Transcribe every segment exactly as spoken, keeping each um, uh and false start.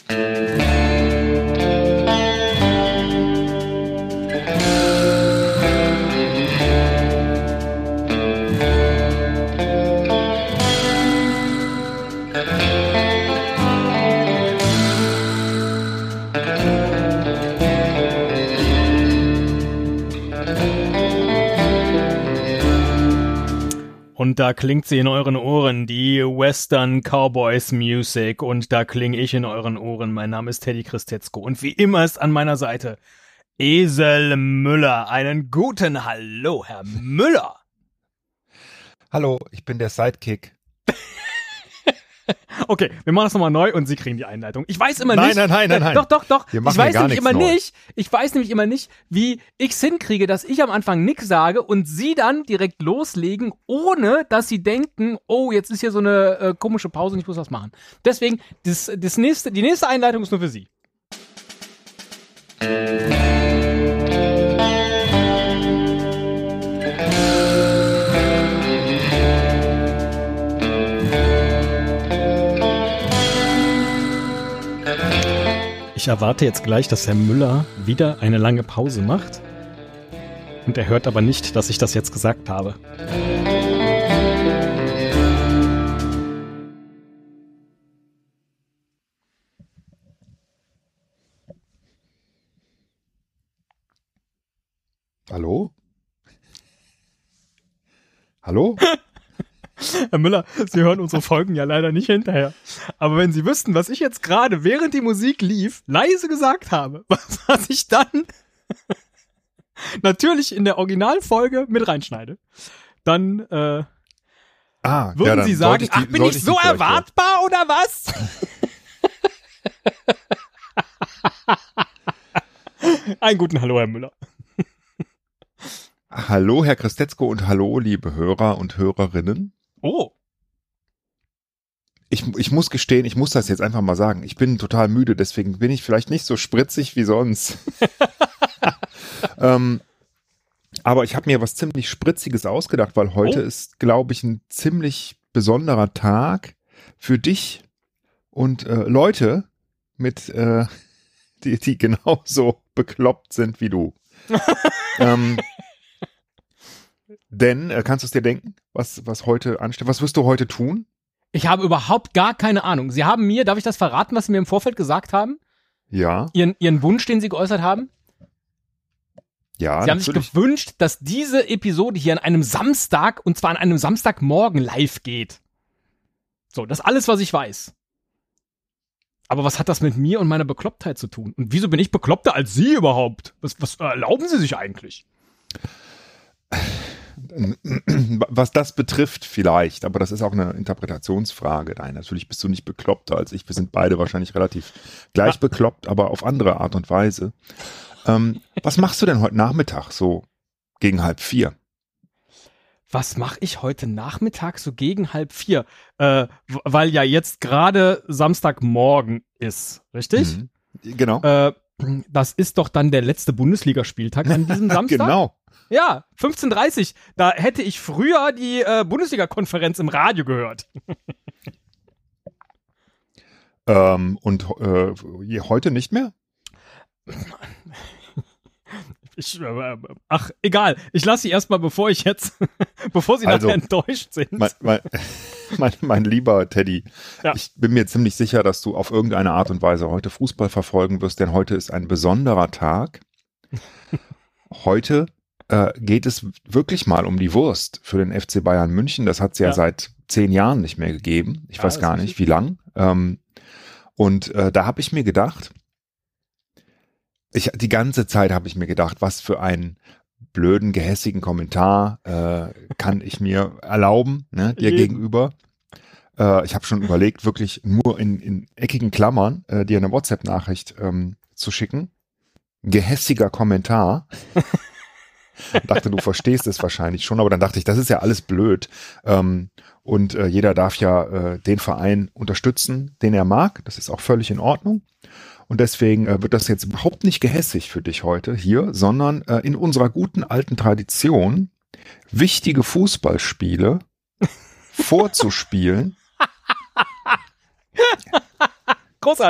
Und da klingt sie in euren Ohren, die Western Cowboys Music. Und da klinge ich in euren Ohren. Mein Name ist Teddy Christetzko. Und wie immer ist an meiner Seite Esel Müller. Einen guten Hallo, Herr Müller. Hallo, ich bin der Sidekick. Okay, wir machen das nochmal neu und Sie kriegen die Einleitung. Ich weiß immer nein, nicht. Nein, nein, nein, nein. Doch, doch, doch. Wir machen ich weiß gar nämlich immer neu. nicht. Ich weiß nämlich immer nicht, wie ich's hinkriege, dass ich am Anfang nix sage und Sie dann direkt loslegen, ohne dass Sie denken, oh, jetzt ist hier so eine äh, komische Pause und ich muss was machen. Deswegen, das, das nächste, die nächste Einleitung ist nur für Sie. Ich erwarte jetzt gleich, dass Herr Müller wieder eine lange Pause macht. Und er hört aber nicht, dass ich das jetzt gesagt habe. Hallo? Hallo? Herr Müller, Sie hören unsere Folgen ja leider nicht hinterher. Aber wenn Sie wüssten, was ich jetzt gerade, während die Musik lief, leise gesagt habe, was, was ich dann natürlich in der Originalfolge mit reinschneide, dann äh, ah, würden ja, dann Sie sagen, sollte ich die, ach, bin ich ich so erwartbar oder was? Einen guten Hallo, Herr Müller. Hallo, Herr Christetzko und hallo, liebe Hörer und Hörerinnen. Oh. Ich, ich muss gestehen, ich muss das jetzt einfach mal sagen. Ich bin total müde, deswegen bin ich vielleicht nicht so spritzig wie sonst. ähm, aber ich habe mir was ziemlich Spritziges ausgedacht, weil heute oh. ist, glaube ich, ein ziemlich besonderer Tag für dich und äh, Leute, mit, äh, die, die genauso bekloppt sind wie du. ähm, Denn, äh, kannst du es dir denken, was, was heute ansteht? Was wirst du heute tun? Ich habe überhaupt gar keine Ahnung. Sie haben mir, darf ich das verraten, was Sie mir im Vorfeld gesagt haben? Ja. Ihren, Ihren Wunsch, den Sie geäußert haben? Ja, Sie haben natürlich. sich gewünscht, dass diese Episode hier an einem Samstag, und zwar an einem Samstagmorgen live geht. So, das ist alles, was ich weiß. Aber was hat das mit mir und meiner Beklopptheit zu tun? Und wieso bin ich bekloppter als Sie überhaupt? Was, was erlauben Sie sich eigentlich? Was das betrifft, vielleicht, aber das ist auch eine Interpretationsfrage. Nein, natürlich bist du nicht bekloppter als ich. Wir sind beide wahrscheinlich relativ gleich ja. bekloppt, aber auf andere Art und Weise. Ähm, was machst du denn heute Nachmittag so gegen halb vier? Was mache ich heute Nachmittag so gegen halb vier? Äh, weil ja jetzt gerade Samstagmorgen ist, richtig? Mhm. Genau. Äh, das ist doch dann der letzte Bundesligaspieltag an diesem Samstag. Genau. Ja, fünfzehn Uhr dreißig. Da hätte ich früher die äh, Bundesliga-Konferenz im Radio gehört. ähm, und äh, heute nicht mehr? Ich, äh, ach, egal. Ich lasse Sie erstmal, bevor ich jetzt, bevor Sie also, nachher enttäuscht sind. Mein, mein, mein, mein lieber Teddy, ja. ich bin mir ziemlich sicher, dass du auf irgendeine Art und Weise heute Fußball verfolgen wirst, denn heute ist ein besonderer Tag. Heute äh, geht es wirklich mal um die Wurst für den F C Bayern München. Das hat es ja, ja seit zehn Jahren nicht mehr gegeben. Ich ja, weiß gar nicht, wie lang. Ähm, und äh, da habe ich mir gedacht, ich, die ganze Zeit habe ich mir gedacht, was für einen blöden, gehässigen Kommentar äh, kann ich mir erlauben, ne, dir Jeden. gegenüber. Äh, ich habe schon überlegt, wirklich nur in, in eckigen Klammern äh, dir eine WhatsApp-Nachricht ähm, zu schicken. Gehässiger Kommentar. Dachte, du verstehst es wahrscheinlich schon, aber dann dachte ich, das ist ja alles blöd. Ähm, und äh, jeder darf ja äh, den Verein unterstützen, den er mag. Das ist auch völlig in Ordnung. Und deswegen äh, wird das jetzt überhaupt nicht gehässig für dich heute hier, sondern äh, in unserer guten alten Tradition, wichtige Fußballspiele vorzuspielen. Großartig.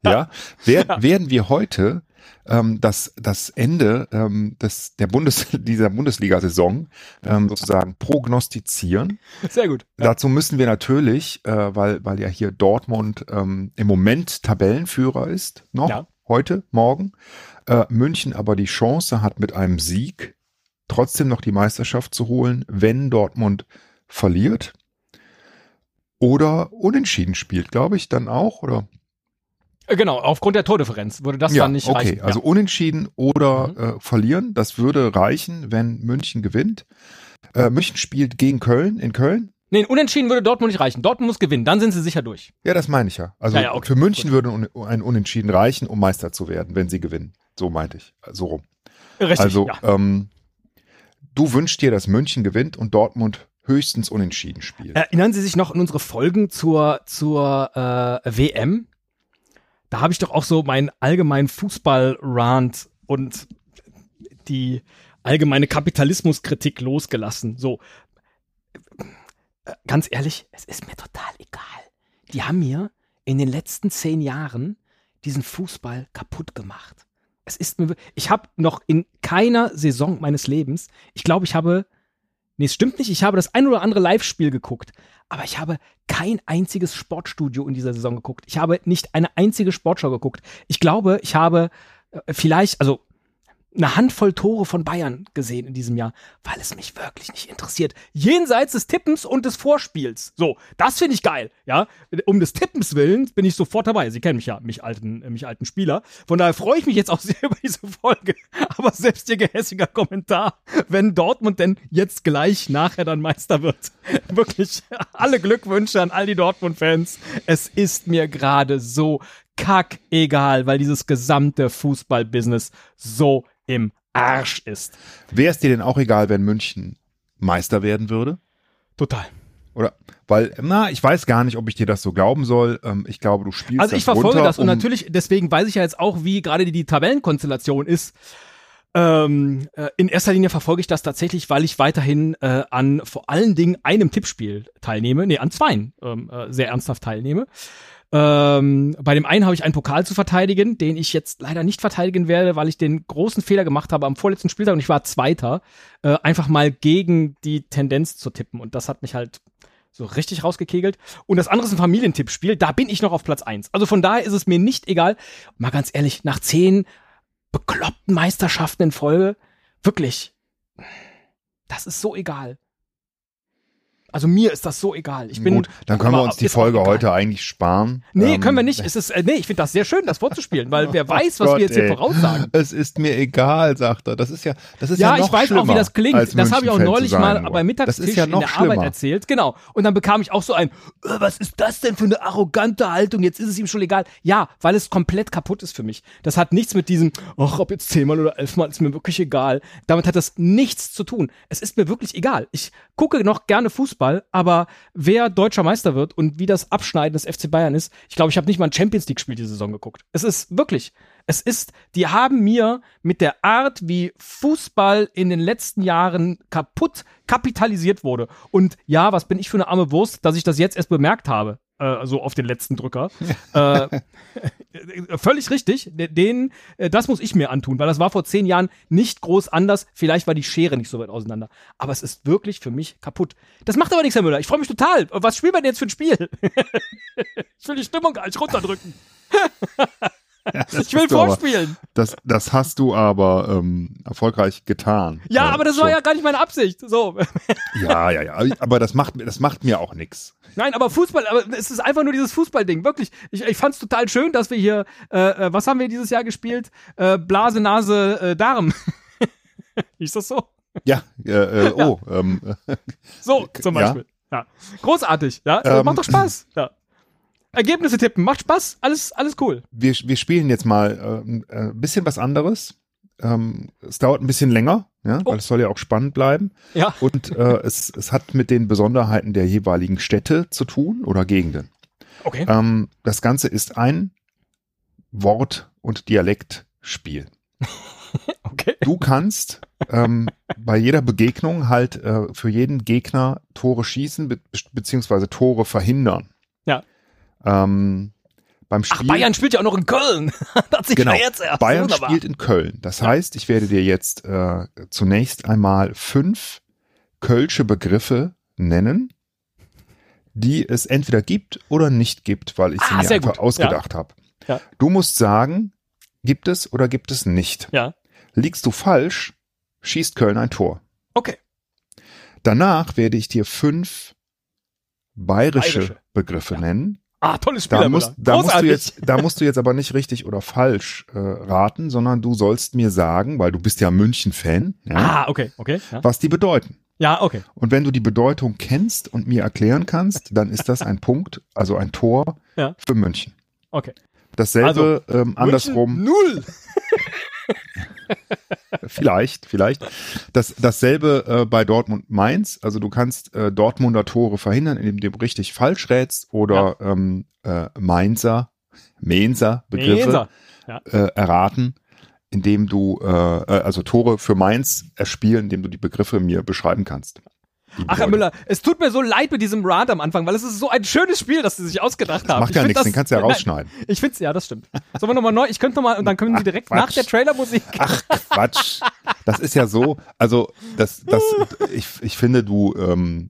ja, wer, ja. werden wir heute ähm, das, das Ende ähm, des, der Bundes, dieser Bundesliga-Saison ähm, sozusagen prognostizieren. Sehr gut. Ja. Dazu müssen wir natürlich, äh, weil, weil ja hier Dortmund ähm, im Moment Tabellenführer ist, noch ja. heute, morgen, äh, München aber die Chance hat, mit einem Sieg trotzdem noch die Meisterschaft zu holen, wenn Dortmund verliert oder unentschieden spielt, glaube ich, dann auch, oder? Genau, aufgrund der Tordifferenz würde das ja, dann nicht okay. reichen. Okay, also ja. unentschieden oder mhm. äh, verlieren, das würde reichen, wenn München gewinnt. Äh, München spielt gegen Köln, in Köln. Nee, unentschieden würde Dortmund nicht reichen. Dortmund muss gewinnen, dann sind sie sicher durch. Ja, das meine ich ja. Also ja, ja, okay. Für München Gut. würde ein Unentschieden reichen, um Meister zu werden, wenn sie gewinnen. So meinte ich, so rum. Richtig, also, ja. ähm, du wünschst dir, dass München gewinnt und Dortmund höchstens unentschieden spielt. Erinnern Sie sich noch an unsere Folgen zur, zur äh, W M? Da habe ich doch auch so meinen allgemeinen Fußball-Rant und die allgemeine Kapitalismuskritik losgelassen. So, ganz ehrlich, es ist mir total egal. Die haben mir in den letzten zehn Jahren diesen Fußball kaputt gemacht. Es ist mir, ich habe noch in keiner Saison meines Lebens, ich glaube, ich habe, nee, es stimmt nicht, ich habe das ein oder andere Live-Spiel geguckt, aber ich habe kein einziges Sportstudio in dieser Saison geguckt. Ich habe nicht eine einzige Sportschau geguckt. Ich glaube, ich habe äh, vielleicht, also eine Handvoll Tore von Bayern gesehen in diesem Jahr, weil es mich wirklich nicht interessiert. Jenseits des Tippens und des Vorspiels. So, das finde ich geil, ja. Um des Tippens willen bin ich sofort dabei. Sie kennen mich ja, mich alten, mich alten Spieler. Von daher freue ich mich jetzt auch sehr über diese Folge. Aber selbst ihr gehässiger Kommentar, wenn Dortmund denn jetzt gleich nachher dann Meister wird. Wirklich alle Glückwünsche an all die Dortmund-Fans. Es ist mir gerade so kackegal, weil dieses gesamte Fußball-Business so im Arsch ist. Wäre es dir denn auch egal, wenn München Meister werden würde? Total. Oder, weil, na, ich weiß gar nicht, ob ich dir das so glauben soll. Ähm, ich glaube, du spielst Also ich das verfolge runter, das und um natürlich, deswegen weiß ich ja jetzt auch, wie gerade die, die Tabellenkonstellation ist. Ähm, äh, in erster Linie verfolge ich das tatsächlich, weil ich weiterhin äh, an vor allen Dingen einem Tippspiel teilnehme, nee, an zweien ähm, äh, sehr ernsthaft teilnehme. Ähm, bei dem einen habe ich einen Pokal zu verteidigen, den ich jetzt leider nicht verteidigen werde, weil ich den großen Fehler gemacht habe am vorletzten Spieltag und ich war Zweiter, äh, einfach mal gegen die Tendenz zu tippen und das hat mich halt so richtig rausgekegelt. Und das andere ist ein Familientippspiel, da bin ich noch auf Platz eins. Also von daher ist es mir nicht egal, mal ganz ehrlich, nach zehn bekloppten Meisterschaften in Folge, wirklich, das ist so egal. Also mir ist das so egal. Ich bin, Gut, dann können wir uns die Folge heute eigentlich sparen. Nee, ähm, können wir nicht. Es ist, äh, nee, ich finde das sehr schön, das vorzuspielen, weil wer weiß, was Gott, wir jetzt hier ey. voraussagen. Es ist mir egal, sagt er. Das ist ja, das ist ja, ja noch ich weiß auch, wie das klingt. Das habe ich auch neulich mal beim Mittagstisch ja in der schlimmer. Arbeit erzählt. Genau. Und dann bekam ich auch so ein, äh, was ist das denn für eine arrogante Haltung? Jetzt ist es ihm schon egal. Ja, weil es komplett kaputt ist für mich. Das hat nichts mit diesem, ach, ob jetzt zehnmal oder elfmal, ist mir wirklich egal. Damit hat das nichts zu tun. Es ist mir wirklich egal. Ich gucke noch gerne Fußball, aber wer deutscher Meister wird und wie das Abschneiden des F C Bayern ist, ich glaube, ich habe nicht mal ein Champions-League-Spiel diese Saison geguckt. Es ist wirklich, es ist, die haben mir mit der Art, wie Fußball in den letzten Jahren kaputt kapitalisiert wurde. Und ja, was bin ich für eine arme Wurst, dass ich das jetzt erst bemerkt habe. Äh, so auf den letzten Drücker. äh, völlig richtig. Den, das muss ich mir antun, weil das war vor zehn Jahren nicht groß anders. Vielleicht war die Schere nicht so weit auseinander. Aber es ist wirklich für mich kaputt. Das macht aber nichts, Herr Müller. Ich freue mich total. Was spielen wir denn jetzt für ein Spiel? Ich will die Stimmung gar nicht runterdrücken. Ja, ich will vorspielen. Aber, das, das hast du aber ähm, erfolgreich getan. Ja, äh, aber das schon. war ja gar nicht meine Absicht. So. Ja, ja, ja. Aber das macht, das macht mir auch nichts. Nein, aber Fußball, aber es ist einfach nur dieses Fußballding. Wirklich. Ich, ich fand es total schön, dass wir hier, äh, was haben wir dieses Jahr gespielt? Äh, Blase, Nase, äh, Darm. Ist das so? Ja, äh, äh, oh. Ja. Ähm, so, zum Beispiel. Ja. Ja. Großartig. Ja, ähm, macht doch Spaß. Ja. Ergebnisse tippen, macht Spaß, alles, alles cool. Wir, wir spielen jetzt mal ein äh, bisschen was anderes. Ähm, es dauert ein bisschen länger, ja, oh. weil es soll ja auch spannend bleiben. Ja. Und äh, es, es hat mit den Besonderheiten der jeweiligen Städte zu tun oder Gegenden. Okay. Ähm, das Ganze ist ein Wort- und Dialektspiel. Okay. Du kannst ähm, bei jeder Begegnung halt äh, für jeden Gegner Tore schießen be- beziehungsweise Tore verhindern. Ja. Ähm, beim Spiel. Ach, Bayern spielt ja auch noch in Köln. Das sieht genau, ja jetzt erst. Bayern Wunderbar. spielt in Köln. Das Ja. heißt, ich werde dir jetzt äh, zunächst einmal fünf kölsche Begriffe nennen, die es entweder gibt oder nicht gibt, weil ich sie Ah, mir sehr einfach gut. ausgedacht Ja. habe. Ja. Du musst sagen, gibt es oder gibt es nicht. Ja, Liegst du falsch, schießt Köln ein Tor. okay. Danach werde ich dir fünf bayerische, Bayerische. Begriffe Ja. nennen. Ah, tolles Spiel, Da musst, da, musst du Großartig. jetzt, da musst du jetzt aber nicht richtig oder falsch äh, raten, sondern du sollst mir sagen, weil du bist ja München-Fan, ja, Ah, okay, okay. Ja, was die bedeuten. ja okay. Und wenn du die Bedeutung kennst und mir erklären kannst, dann ist das ein Punkt, also ein Tor Ja. für München. Okay. Dasselbe ähm, andersrum, München, null. vielleicht, vielleicht. Das, dasselbe äh, bei Dortmund-Mainz. Also du kannst äh, Dortmunder Tore verhindern, indem du richtig falsch rätst oder ähm, äh, Mainzer, Mainzer Begriffe Mainzer. Ja. äh, erraten, indem du äh, äh, also Tore für Mainz erspielen, indem du die Begriffe mir beschreiben kannst. Die Ach, Herr Bedeutung. Müller, es tut mir so leid mit diesem Rant am Anfang, weil es ist so ein schönes Spiel, das sie sich ausgedacht haben. Macht Ich ja find nichts, das- den kannst du ja Nein, rausschneiden. Ich find's, ja, das stimmt. Sollen wir nochmal neu? Ich könnte nochmal, und dann können Sie Ach, direkt Quatsch. nach der Trailermusik. Ach Quatsch. Das ist ja so, also das, das, ich, ich finde, du, ähm,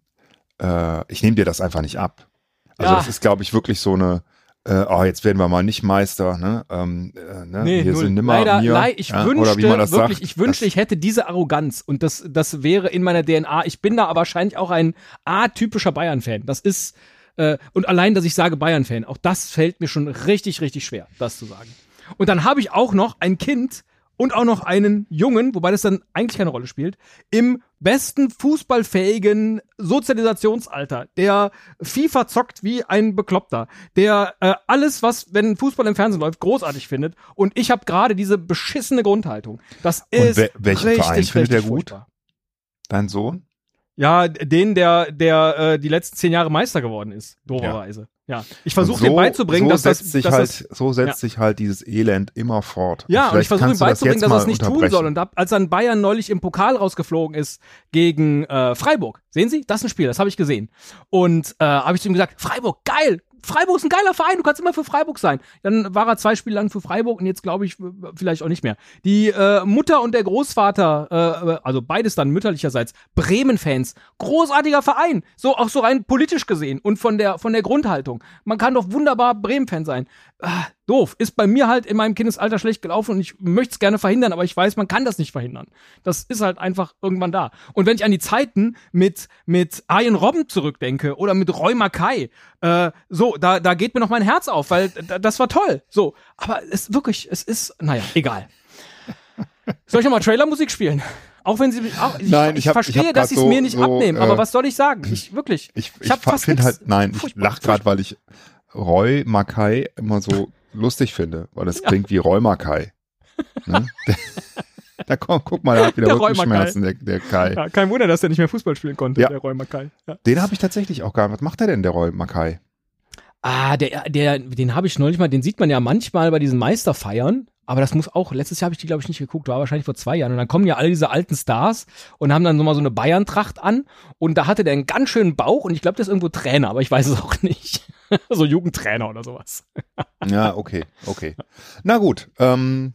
äh, ich nehme dir das einfach nicht ab. Also Ja. das ist, glaube ich, wirklich so eine, äh, oh, jetzt werden wir mal nicht Meister, ne? Ähm, äh, ne? Nee, Wir null. sind nimmer Leider, mir, leid, ich ja? wünschte, Oder wie man das wirklich, sagt. ich wünschte, das, ich hätte diese Arroganz und das, das wäre in meiner D N A. Ich bin da aber wahrscheinlich auch ein atypischer Bayern-Fan. Das ist, äh, und allein, dass ich sage Bayern-Fan, auch das fällt mir schon richtig, richtig schwer, das zu sagen. Und dann habe ich auch noch ein Kind und auch noch einen Jungen, wobei das dann eigentlich keine Rolle spielt, im besten fußballfähigen Sozialisationsalter, der FIFA zockt wie ein Bekloppter, der äh, alles, was, wenn Fußball im Fernsehen läuft, großartig findet. Und ich habe gerade diese beschissene Grundhaltung. Das ist we- welchen richtig, Verein findet richtig er gut? furchtbar. Dein Sohn? Ja, den, der, der äh, die letzten zehn Jahre Meister geworden ist, dooferweise. Ja. Ich versuche Und so, dir beizubringen, so dass das, setzt sich dass halt, das so setzt sich halt dieses Elend immer fort. Ja, und ich vielleicht versuche ihm kannst du das beizubringen, jetzt dass er mal es nicht tun unterbrechen. soll. Und ab, als dann Bayern neulich im Pokal rausgeflogen ist gegen äh, Freiburg, sehen Sie, das ist ein Spiel, das habe ich gesehen. Und äh, habe ich zu ihm gesagt, Freiburg, geil, Freiburg ist ein geiler Verein, du kannst immer für Freiburg sein. Dann war er zwei Spiele lang für Freiburg und jetzt glaube ich vielleicht auch nicht mehr. Die äh, Mutter und der Großvater, äh, also beides dann mütterlicherseits, Bremen-Fans, großartiger Verein, so auch so rein politisch gesehen und von der von der Grundhaltung. Man kann doch wunderbar Bremen-Fan sein. Ah, doof, ist bei mir halt in meinem Kindesalter schlecht gelaufen und ich möchte es gerne verhindern, aber ich weiß, man kann das nicht verhindern. Das ist halt einfach irgendwann da. Und wenn ich an die Zeiten mit mit Arjen Robben zurückdenke oder mit Roy Mackay, äh, so, da da geht mir noch mein Herz auf, weil da, das war toll. So, aber es wirklich, es ist, naja, egal. Soll ich nochmal Trailermusik spielen? Auch wenn sie, auch, ich, Nein, ich, ich hab- verstehe, ich hab dass sie es grad mir so- nicht so, abnehmen, äh, aber was soll ich sagen? Ich wirklich, Ich, ich, ich hab fast finde nix- halt, nein, ich furchtbar, lach gerade, weil ich Roy Mackay immer so lustig finde, weil das klingt wie Roy Mackay. Ne? Da komm, guck mal, der hat wieder Der Roy Rückenschmerzen, der, der Kai. Ja, kein Wunder, dass er nicht mehr Fußball spielen konnte, Ja. der Roy Mackay. Ja. Den habe ich tatsächlich auch gar nicht. Was macht der denn, der Roy Mackay? Ah, der, der, den habe ich neulich mal, den sieht man ja manchmal bei diesen Meisterfeiern, aber das muss auch, letztes Jahr habe ich die, glaube ich, nicht geguckt, war wahrscheinlich vor zwei Jahren. Und dann kommen ja alle diese alten Stars und haben dann so mal so eine Bayern-Tracht an und da hatte der einen ganz schönen Bauch und ich glaube, der ist irgendwo Trainer, aber ich weiß es auch nicht. So Jugendtrainer oder sowas. Ja, okay, okay. Na gut, ähm,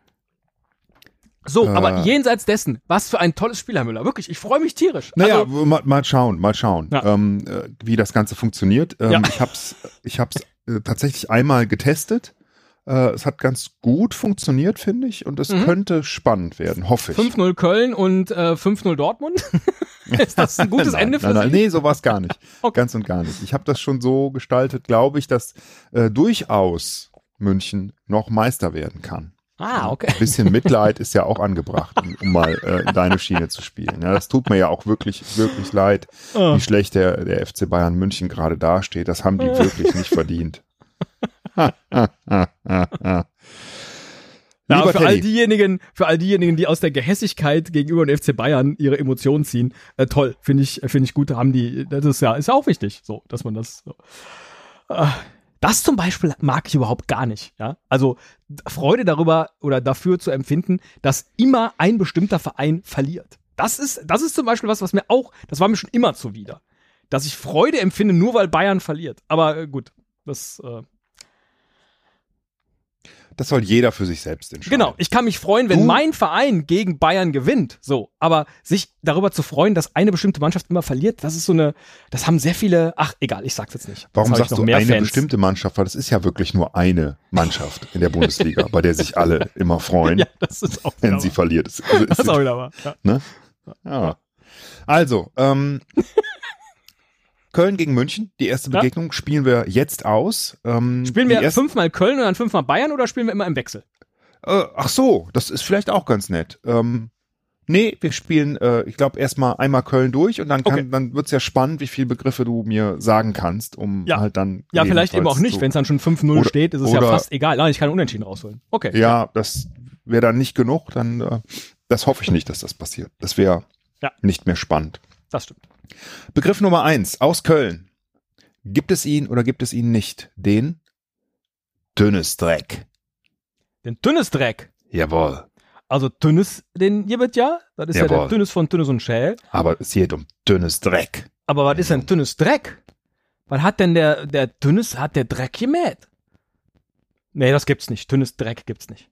So, Äh. aber jenseits dessen, was für ein tolles Spiel, Herr Müller. Wirklich, ich freue mich tierisch. naja, Also, mal, mal schauen, mal schauen, Ja. ähm, äh, wie das Ganze funktioniert. Ähm, Ja. Ich hab's, ich hab's äh, tatsächlich einmal getestet. Äh, es hat ganz gut funktioniert, finde ich, und es Mhm. könnte spannend werden, hoffe ich. fünf null Köln und äh, fünf null Dortmund. Ist das ein gutes nein, Ende für nein, nein, Sie? Nee, so war's gar nicht. Okay. Ganz und gar nicht. Ich habe das schon so gestaltet, glaube ich, dass äh, durchaus München noch Meister werden kann. Ah, okay. Ein bisschen Mitleid ist ja auch angebracht, um, um mal äh, in deine Schiene zu spielen. Ja, das tut mir ja auch wirklich, wirklich leid, Oh. wie schlecht der, der F C Bayern München gerade dasteht. Das haben die wirklich nicht verdient. Ha, ha, ha, ha, ha. Ja, Lieber für all Teddy, diejenigen, für all diejenigen, die aus der Gehässigkeit gegenüber dem F C Bayern ihre Emotionen ziehen, äh, toll, finde ich, finde ich gut, haben die, das ist ja, ist ja auch wichtig, so, dass man das, so. Äh, Das zum Beispiel mag ich überhaupt gar nicht, ja. Also Freude darüber oder dafür zu empfinden, dass immer ein bestimmter Verein verliert. Das ist, das ist zum Beispiel was, was mir auch, das war mir schon immer zuwider, dass ich Freude empfinde, nur weil Bayern verliert. Aber äh, gut, das, äh, Das soll jeder für sich selbst entscheiden. Genau, ich kann mich freuen, wenn Du? mein Verein gegen Bayern gewinnt. So, aber sich darüber zu freuen, dass eine bestimmte Mannschaft immer verliert, das ist so eine, das haben sehr viele, ach egal, ich sag's jetzt nicht. Warum Jetzt hab ich sagst noch du mehr eine Fans. bestimmte Mannschaft? Weil das ist ja wirklich nur eine Mannschaft in der Bundesliga, bei der sich alle immer freuen, Ja, das ist auch wenn wieder sie wahr. verliert. Das, also Das ist auch wieder wahr. Ja. Ne? Ja. Also, ähm, Köln gegen München, die erste Ja. Begegnung spielen wir jetzt aus. Ähm, Spielen die wir erste, fünfmal Köln und dann fünfmal Bayern oder spielen wir immer im Wechsel? äh, ach so, das ist vielleicht auch ganz nett. Ähm, nee, wir spielen, äh, ich glaube, erstmal einmal Köln durch und dann kann, Okay. dann wird's ja spannend, wie viele Begriffe du mir sagen kannst, um Ja. halt dann. Ja, vielleicht eben auch nicht. zu- Wenn es dann schon fünf null Oder- steht, ist es ja oder- fast egal. Nein, ich kann Unentschieden rausholen. Okay. Ja, das wäre dann nicht genug, dann, äh, das hoffe ich nicht, dass das passiert. Das wäre Ja. nicht mehr spannend. Das stimmt. Begriff Nummer eins aus Köln. Gibt es ihn oder gibt es ihn nicht? Den dünnes Dreck. Den Tünnes Dreck. Jawohl. Also Tünnes, den hier wird ja. Das ist ja Jawohl. der Tünnes von Tünnes und Schäl. Aber es geht um dünnes Dreck. Aber was ist denn Tünnes Dreck? Was hat denn der, der Tünnes, hat der Dreck gemäht? Nee, das gibt's nicht. Tünnes Dreck gibt's nicht.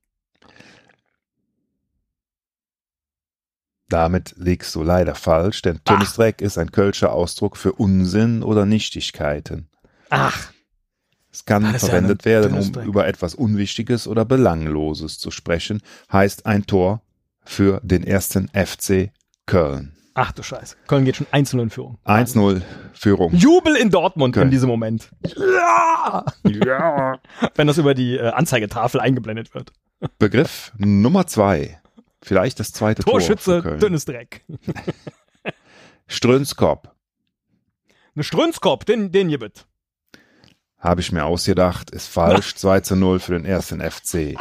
Damit liegst du leider falsch, denn dünnes Dreck ist ein kölscher Ausdruck für Unsinn oder Nichtigkeiten. Ach, Es kann Ah, das ist ja verwendet ein werden, dünnes um Dreck. über etwas Unwichtiges oder Belangloses zu sprechen, heißt ein Tor für den ersten F C Köln. ach du Scheiße. Köln geht schon eins null in Führung. eins null Führung. Jubel in Dortmund Köln. in diesem Moment. Ja! Ja. Wenn das über die äh, Anzeigetafel eingeblendet wird. Begriff Nummer zwei. Vielleicht das zweite Torschütze, Tor für Köln. dünnes Dreck. Strönskop. Eine Strünskopf, den, den hier wird. Habe ich mir ausgedacht, ist falsch. zwei zu null für den ersten F C.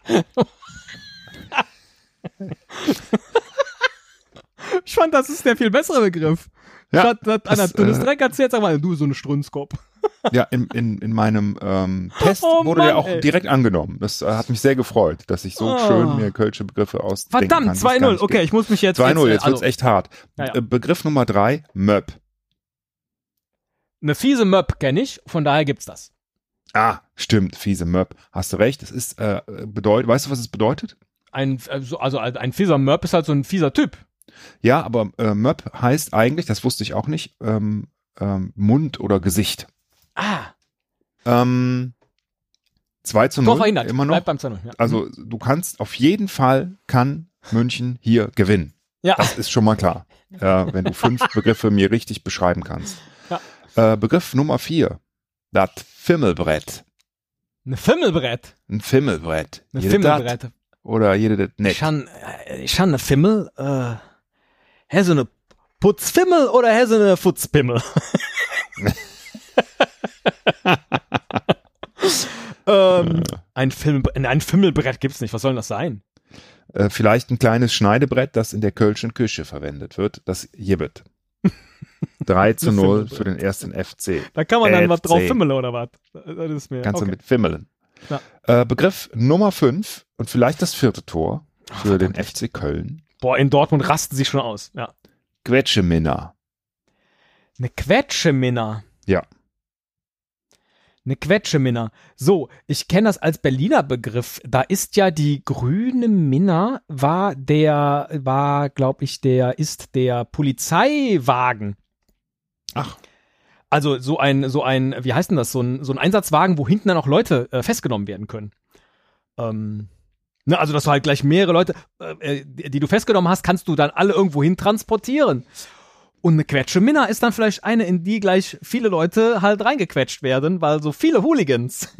Ich fand, das ist der viel bessere Begriff. Ja, Statt statt einer das, dünnes äh, Dreck erzählt, sag mal, du so eine Strünskopf. Ja, in, in, in meinem ähm, Test Oh wurde Mann, der auch ey. direkt angenommen. Das äh, hat mich sehr gefreut, dass ich so Oh. schön mir kölsche Begriffe ausdenken kann. Verdammt, die es zwei gar null. nicht Okay, gibt. ich muss mich jetzt... zwei null, äh, jetzt wird's also, echt hart. Ja, ja. Äh, Begriff Nummer drei, Möb. Eine fiese Möb kenne ich, von daher gibt's das. Ah, stimmt, fiese Möb. Hast du recht. Es ist, äh, bedeutet, weißt du, was es bedeutet? Ein, also, also ein fieser Möb ist halt so ein fieser Typ. Ja, aber äh, Möb heißt eigentlich, das wusste ich auch nicht, ähm, ähm, Mund oder Gesicht. Ah, Ähm, zwei zu Tor null, verhindert. immer noch. Bleibt beim zwei null. Ja. Also du kannst auf jeden Fall, kann München hier gewinnen. ja. Das ist schon mal klar, äh, wenn du fünf Begriffe mir richtig beschreiben kannst. Ja. Äh, Begriff Nummer vier, das Fimmelbrett. Ein Fimmelbrett. Ein Fimmelbrett. Ein Jede dat Fimmelbrett. Oder jede das Ich nicht. han, äh, ich han eine Fimmel, äh, hä, so eine Putzfimmel oder hä, so eine Futzpimmel? ähm, ein, Film, ein Fimmelbrett gibt's nicht. Was soll denn das sein? Äh, vielleicht ein kleines Schneidebrett, das in der kölschen Küche verwendet wird. Das Jibbet. drei zu null für den ersten F C. Da kann man dann was F C. drauf fimmeln oder was? Das ist mir, Kannst okay. du mit Fimmeln. Ja. Äh, Begriff Nummer fünf und vielleicht das vierte Tor für den verdammt. F C Köln. Boah, in Dortmund rasten sie schon aus. Ja. Quetscheminna. Eine Quetscheminna. Ja. Eine Quetscheminna. So, ich kenne das als Berliner Begriff. Da ist ja die grüne Minna, war der, war, glaube ich, der, ist der Polizeiwagen. Ach. Also so ein, so ein, wie heißt denn das, so ein, so ein Einsatzwagen, wo hinten dann auch Leute äh, festgenommen werden können. Ähm, ne, also dass du halt gleich mehrere Leute, äh, die, die du festgenommen hast, kannst du dann alle irgendwo hin transportieren. Und eine Quetscheminna ist dann vielleicht eine, in die gleich viele Leute halt reingequetscht werden, weil so viele Hooligans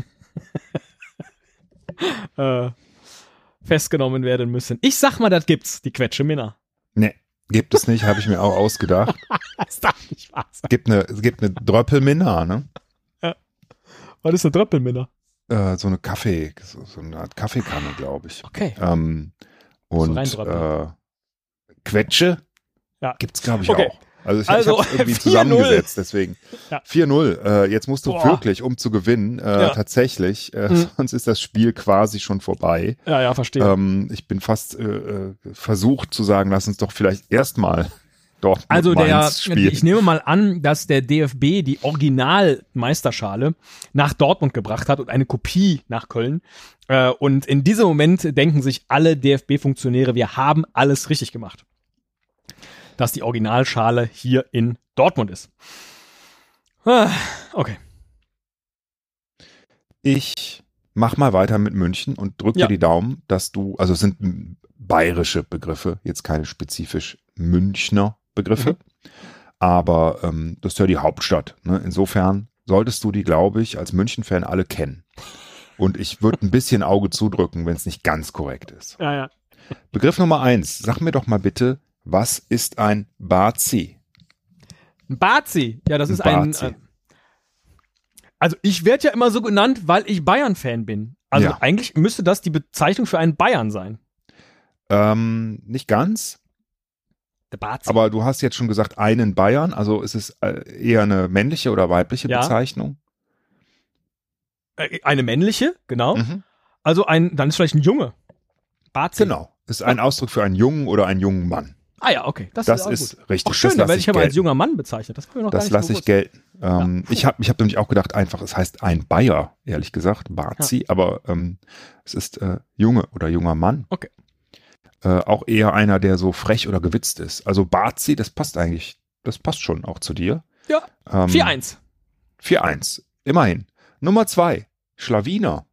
äh, festgenommen werden müssen. Ich sag mal, das gibt's, die Quetscheminna. Nee, gibt es nicht, habe ich mir auch ausgedacht. Das darf nicht wahr sein. Es gibt eine, es gibt eine Dröppelminna, ne? Was ist eine Dröppelminna? Äh, so eine Kaffee, so, so eine Art Kaffeekanne, glaube ich. Okay. Ähm, und reindröppeln. äh, Quetsche Ja. gibt's, glaube ich, Okay. auch. Also ich, Also, ich habe irgendwie vier null. zusammengesetzt, deswegen. Ja. vier null. Äh, jetzt musst du Boah. wirklich, um zu gewinnen, äh, Ja. tatsächlich, äh, Mhm. sonst ist das Spiel quasi schon vorbei. Ja, ja, verstehe. Ähm, ich bin fast äh, äh, versucht zu sagen, lass uns doch vielleicht erstmal Dortmund Also der, Mainz spielen. ich nehme mal an, dass der D F B die Originalmeisterschale nach Dortmund gebracht hat und eine Kopie nach Köln. Äh, und in diesem Moment denken sich alle D F B-Funktionäre, wir haben alles richtig gemacht. Dass die Originalschale hier in Dortmund ist. Ah, okay. Ich mach mal weiter mit München und drück Ja. dir die Daumen, dass du, also es sind bayerische Begriffe, jetzt keine spezifisch Münchner Begriffe, mhm. aber ähm, das ist ja die Hauptstadt. Ne? Insofern solltest du die, glaube ich, als München-Fan alle kennen. Und ich würde ein bisschen Auge zudrücken, wenn es nicht ganz korrekt ist. Ja, ja. Begriff Nummer eins. Sag mir doch mal bitte, was ist ein Bazi? Ein Bazi. Ja, das Ein ist ein... Bazi. Äh, also ich werde ja immer so genannt, weil ich Bayern-Fan bin. Also Ja. eigentlich müsste das die Bezeichnung für einen Bayern sein. Ähm, nicht ganz, Der Bazi. aber du hast jetzt schon gesagt, einen Bayern, also ist es äh, eher eine männliche oder weibliche Ja. Bezeichnung? Äh, eine männliche, genau. Mhm. Also ein, dann ist vielleicht ein Junge. Bazi. Genau. Ist ein Ausdruck für einen Jungen oder einen jungen Mann. Ah ja, okay. Das, Das ist, auch ist gut. richtig. Auch schön, Das dann lass werde ich ich aber als gelten. junger Mann bezeichnet. Das war mir noch Das gar lasse nicht ich so bewusst. gelten. Ähm, ich habe ich hab nämlich auch gedacht, einfach, es heißt ein Bayer, ehrlich gesagt, Bazi, aber ähm, es ist äh, Junge oder junger Mann. Okay. Äh, auch eher einer, der so frech oder gewitzt ist. Also Bazi, das passt eigentlich, das passt schon auch zu dir. Ja, Ähm, vier eins. vier eins, immerhin. Nummer zwei, Schlawiner.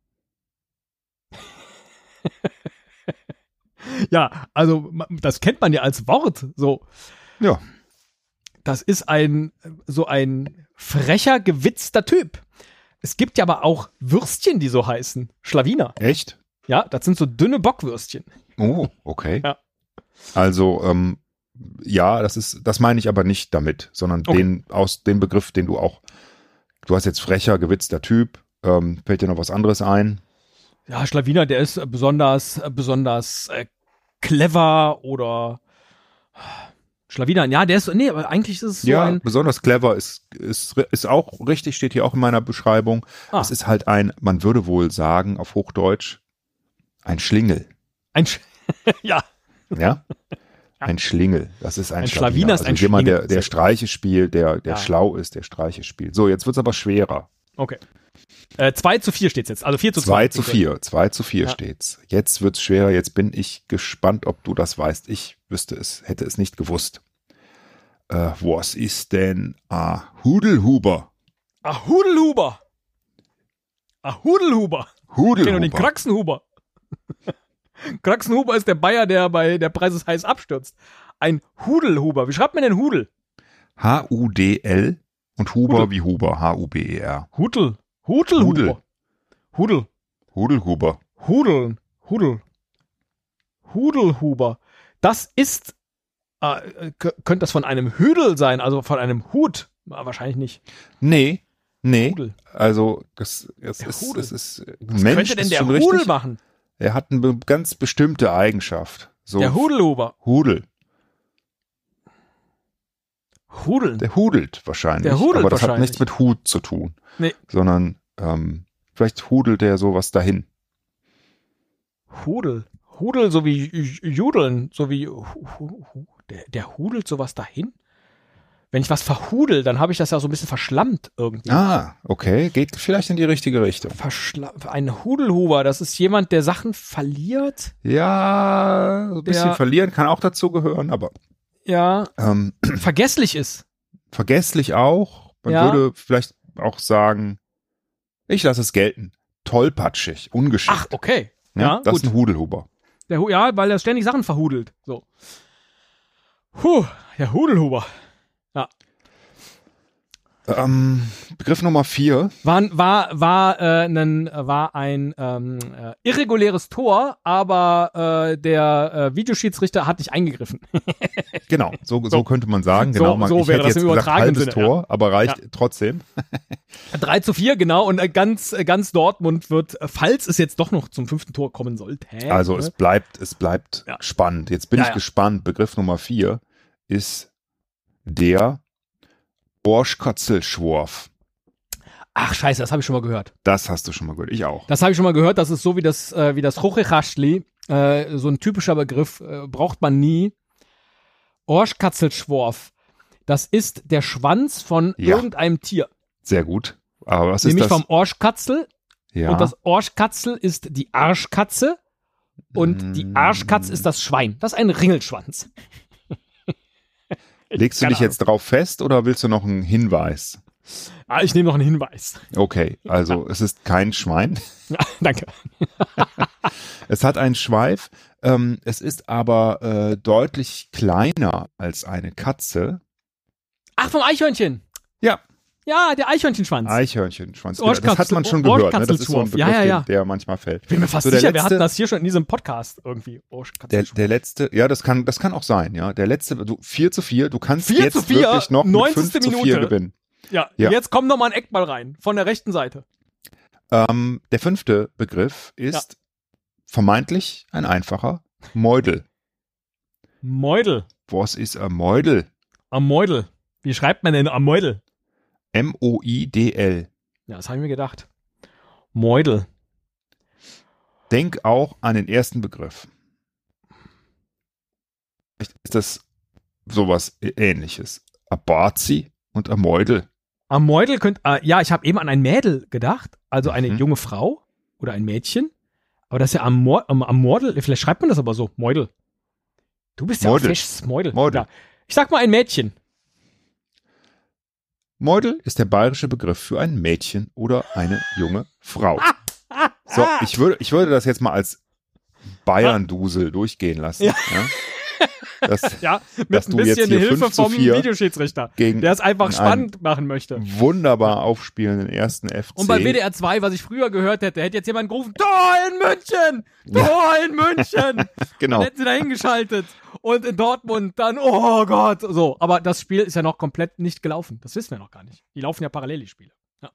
Ja, also ma- das kennt man ja als Wort. So, Ja, das ist ein so ein frecher, gewitzter Typ. Es gibt ja aber auch Würstchen, die so heißen. Schlawiner. echt? Ja, das sind so dünne Bockwürstchen. Oh, okay. Ja. Also, ähm, ja, das ist, das meine ich aber nicht damit, sondern Okay. den, aus dem Begriff, den du auch, du hast jetzt frecher, gewitzter Typ, ähm, fällt dir noch was anderes ein? Ja, Schlawiner, der ist besonders, besonders äh, clever oder Schlawiner, ja, der ist, nee, aber eigentlich ist es so ja, ein, besonders clever ist, ist, ist auch richtig, steht hier auch in meiner Beschreibung. Ah. Es ist halt ein, man würde wohl sagen, auf Hochdeutsch, ein Schlingel. ein, Sch- ja, Ja? Ein Schlingel. Das ist ein, Ein Schlawiner. Schlawiner ist also ein jemand, der, Schlingel. der Streiche spielt, der, der Ja. schlau ist, der Streiche spielt. So, jetzt wird's aber schwerer. okay. Äh, zwei zu vier steht's jetzt, also vier zu zwei. zwei zu vier. zwei zu vier Ja. steht's. Jetzt wird's schwerer. Jetzt bin ich gespannt, ob du das weißt. Ich wüsste es, hätte es nicht gewusst. Äh, was ist denn a Hudelhuber? Ah, Hudelhuber. Ah, Hudelhuber. Ich kenne nur den Hudelhuber. Kraxenhuber. Kraxenhuber ist der Bayer, der bei der Preis ist heiß abstürzt. Ein Hudelhuber. Wie schreibt man denn Hudel? H U D L und Huber Hudel. wie Huber. H U B E R. Hudel. Hudelhuber. Hudel. Hudelhuber. Hudeln. Hudel. Hudelhuber. Das ist, äh, k- könnte das von einem Hüdel sein, also von einem Hut? Na, wahrscheinlich nicht. Nee. Nee. Hudel. Also, das, das Der ist, Hudel. das ist, Was Mensch könnte denn ist der schon Hudel richtig. machen? Er hat eine be- ganz bestimmte Eigenschaft. So Der Hudelhuber. Hudel. Hudeln. Der hudelt wahrscheinlich. Der hudelt aber das hat wahrscheinlich. nichts mit Hut zu tun. Nee. Sondern ähm, vielleicht hudelt er sowas dahin. Hudel. Hudel, so wie J- Judeln, so wie hu, hu, hu. Der, der hudelt sowas dahin? Wenn ich was verhudel, dann habe ich das ja so ein bisschen verschlammt irgendwie. Ah, okay. Geht vielleicht in die richtige Richtung. Verschla ein Hudelhuber, das ist jemand, der Sachen verliert. Ja, so ein bisschen Der- verlieren kann auch dazu gehören, aber Ja, ähm, vergesslich ist. vergesslich auch. Man Ja. würde vielleicht auch sagen, ich lasse es gelten. Tollpatschig, ungeschickt. Ach, okay. ja, Ja, das gut. ist ein Hudelhuber. Der, Hu- ja, weil er ständig Sachen verhudelt. So. Puh, der Hudelhuber. Ähm, Begriff Nummer vier. War, war, war, äh, nen, war ein ähm, äh, irreguläresTor, aber äh, der äh, Videoschiedsrichter hat nicht eingegriffen. Genau, so, so. So. könnte man sagen. So- Genau, man, so ich wäre hätte das jetzt im gesagt, übertragenen halbes Sinne, Tor, aber reicht trotzdem. drei zu vier, genau. Und äh, ganz, äh, ganz Dortmund wird, äh, falls es jetzt doch noch zum fünften Tor kommen sollte. Also ne? es bleibt, es bleibt Ja. spannend. Jetzt bin Ja, ich ja. gespannt. Begriff Nummer vier ist der Borschkotzelschworf. Ach, scheiße, das habe ich schon mal gehört. Das hast du schon mal gehört. Ich auch. Das habe ich schon mal gehört. Das ist so wie das, äh, wie das Hochechastli. Äh, so ein typischer Begriff, äh, braucht man nie. Orschkatzelschworf. Das ist der Schwanz von Ja. irgendeinem Tier. Sehr gut. Aber was Nämlich ist das? vom Orschkatzel. Ja. Und das Orschkatzel ist die Arschkatze. Und die Arschkatze ist das Schwein. Das ist ein Ringelschwanz. Legst du Keine dich jetzt drauf fest oder willst du noch einen Hinweis? Ah, ich nehme noch einen Hinweis. Okay, also es ist kein Schwein. Ja, danke. Es hat einen Schweif. Ähm, es ist aber äh, deutlich kleiner als eine Katze. Ach, vom Eichhörnchen. Ja. Ja, der Eichhörnchenschwanz. Eichhörnchenschwanz. Orschkatzel- Das hat man schon gehört. Ne? Das ist so ein Orschkatzelschworf. Begriff, Ja, ja, ja. Den, der manchmal fällt. Ich bin mir fast So, der sicher, wir letzte- hatten das hier schon in diesem Podcast irgendwie. Der, Orschkatzelschworf. der letzte, ja, das kann, das kann auch sein, ja. Der letzte, du, vier zu vier, du kannst vier jetzt zu vier, wirklich noch mit neunzigste fünf zu vier Minute. gewinnen. Ja, Ja. jetzt kommt noch mal ein Eckball rein. Von der rechten Seite. Ähm, der fünfte Begriff ist vermeintlich ein einfacher Meudel. Meudel. Was ist ein Meudel? Am Meudel. Wie schreibt man denn am Meudel? M O I D L. Ja, das habe ich mir gedacht. Meudel. Denk auch an den ersten Begriff. Vielleicht ist das sowas Ähnliches. Abazi und ein Meudel. Am Meudel könnt, äh, ja, ich habe eben an ein Mädel gedacht, also eine Mhm. junge Frau oder ein Mädchen. Aber das ist ja am, Mor am, am Mordel, vielleicht schreibt man das aber so, Meudel. Du bist ja auch Meudel. fesches Meudel. Meudel. Ja. Ich sag mal ein Mädchen. Meudel ist der bayerische Begriff für ein Mädchen oder eine junge Frau. So, ich würde, ich würde das jetzt mal als Bayern-Dusel durchgehen lassen. Ja. Ja. Das, Ja, Dass mit ein du jetzt bisschen hier Hilfe fünf zu vom vier Videoschiedsrichter, gegen der es einfach einen spannend machen möchte. wunderbar aufspielenden ersten F C. Und bei W D R zwei, was ich früher gehört hätte, hätte jetzt jemand gerufen, Tor in München! Tor in München! Genau. Dann hätten sie da hingeschaltet. Und in Dortmund dann, oh Gott, so. Aber das Spiel ist ja noch komplett nicht gelaufen. Das wissen wir noch gar nicht. Die laufen ja parallel, die Spiele. Ja.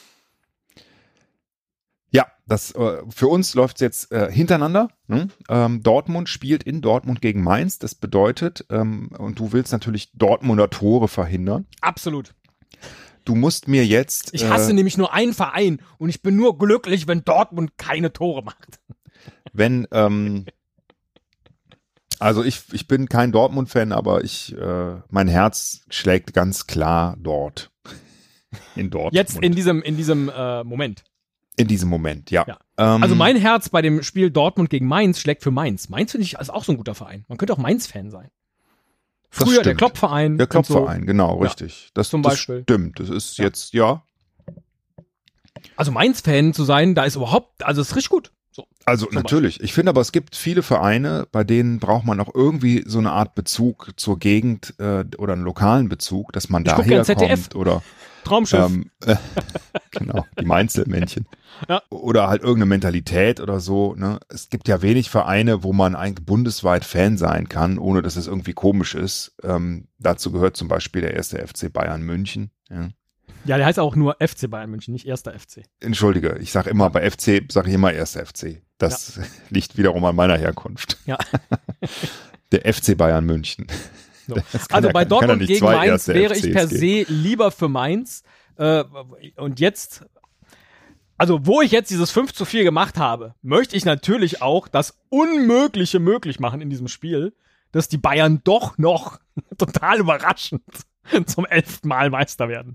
Ja, das äh, für uns läuft es jetzt äh, hintereinander. Ne? Ähm, Dortmund spielt in Dortmund gegen Mainz. Das bedeutet, ähm, und du willst natürlich Dortmunder Tore verhindern. Absolut. Du musst mir jetzt. Ich hasse äh, nämlich nur einen Verein und ich bin nur glücklich, wenn Dortmund keine Tore macht. wenn, ähm, also ich, ich bin kein Dortmund-Fan, aber ich, äh, mein Herz schlägt ganz klar dort. In Dortmund. Jetzt in diesem, in diesem äh, Moment. In diesem Moment, ja. Ja. Ähm, Also mein Herz bei dem Spiel Dortmund gegen Mainz schlägt für Mainz. Mainz finde ich ist auch so ein guter Verein. Man könnte auch Mainz-Fan sein. Das Früher der stimmt. Kloppverein. Der und Kloppverein, genau, Ja. richtig. Das, Zum das Beispiel. stimmt. Das ist Ja. jetzt, ja. So. Also Mainz-Fan zu sein, da ist überhaupt, also ist richtig gut. So. Also Zum natürlich. Ich finde aber, es gibt viele Vereine, bei denen braucht man auch irgendwie so eine Art Bezug zur Gegend äh, oder einen lokalen Bezug, dass man Ich guck daher gern Z D F. kommt oder Traumschiff. ähm, äh, genau, die Mainzelmännchen. Ja. Oder halt irgendeine Mentalität oder so. Ne? Es gibt ja wenig Vereine, wo man eigentlich bundesweit Fan sein kann, ohne dass es irgendwie komisch ist. Ähm, dazu gehört zum Beispiel der erste F C Bayern München. Ja. Ja, der heißt auch nur F C Bayern München, nicht erster F C. Entschuldige, ich sage immer, bei F C sage ich immer erster F C. Das liegt wiederum an meiner Herkunft. Ja. Der F C Bayern München. So. Das kann Also ja- bei kann ja Dortmund nicht gegen zwei Mainz erste wäre F Cs ich per geben. se lieber für Mainz. Äh, und jetzt, also wo ich jetzt dieses fünf zu vier gemacht habe, möchte ich natürlich auch das Unmögliche möglich machen in diesem Spiel, dass die Bayern doch noch total überraschend zum elften Mal Meister werden.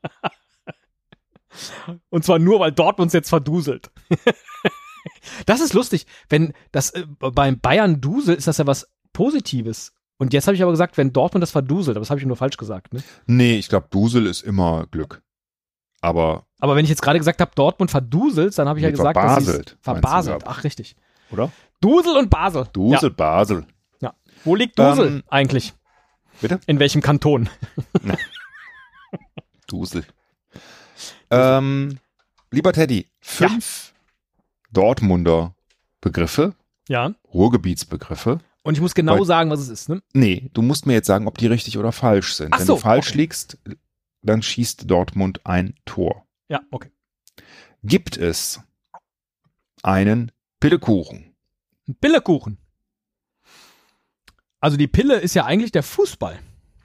Und zwar nur, weil Dortmund jetzt verduselt. Das ist lustig, wenn das äh, beim Bayern duselt, ist das ja was Positives. Und jetzt habe ich aber gesagt, wenn Dortmund das verduselt, aber das habe ich nur falsch gesagt. Ne? Nee, ich glaube, Dusel ist immer Glück. Aber, Aber wenn ich jetzt gerade gesagt habe, Dortmund verduselt, dann habe ich ja Nee, gesagt, dass verbaselt, sie meinst du, verbaselt. glaub ich. Ach, richtig. oder? Dusel und Basel. Dusel, Basel. Ja. Ja. Wo liegt Dusel Ähm, eigentlich? Bitte? In welchem Kanton? Dusel. Ähm, lieber Teddy, fünf Dortmunder Begriffe, Ja. Ruhrgebietsbegriffe. Und ich muss genau Weil- sagen, was es ist, ne? Nee, du musst mir jetzt sagen, ob die richtig oder falsch sind. Ach Wenn so, du falsch okay. liegst, dann schießt Dortmund ein Tor. Ja, okay. Gibt es einen Pillekuchen? Ein Pillekuchen. Also die Pille ist ja eigentlich der Fußball.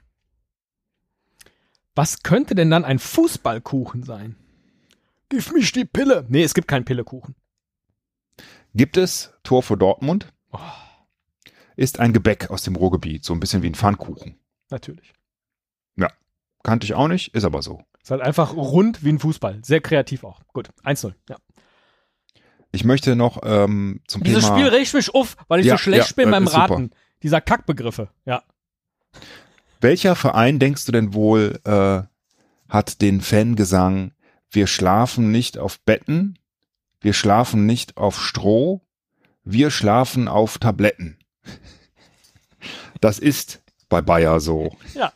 Was könnte denn dann ein Fußballkuchen sein? Gib mich die Pille. Nee, es gibt keinen Pillekuchen. Gibt es Tor für Dortmund? Oh. ist ein Gebäck aus dem Ruhrgebiet, so ein bisschen wie ein Pfannkuchen. Natürlich. Ja, kannte ich auch nicht, ist aber so. Ist halt einfach rund wie ein Fußball. Sehr kreativ auch. Gut, eins null, ja. Ich möchte noch ähm, zum Dieses Thema... Dieses Spiel regt mich auf, weil ich ja, so schlecht ja, bin beim super. Raten. Dieser Kackbegriffe, ja. Welcher Verein, denkst du denn wohl, äh, hat den Fangesang, wir schlafen nicht auf Betten, wir schlafen nicht auf Stroh, wir schlafen auf Tabletten. Das ist bei Bayer so. Ja.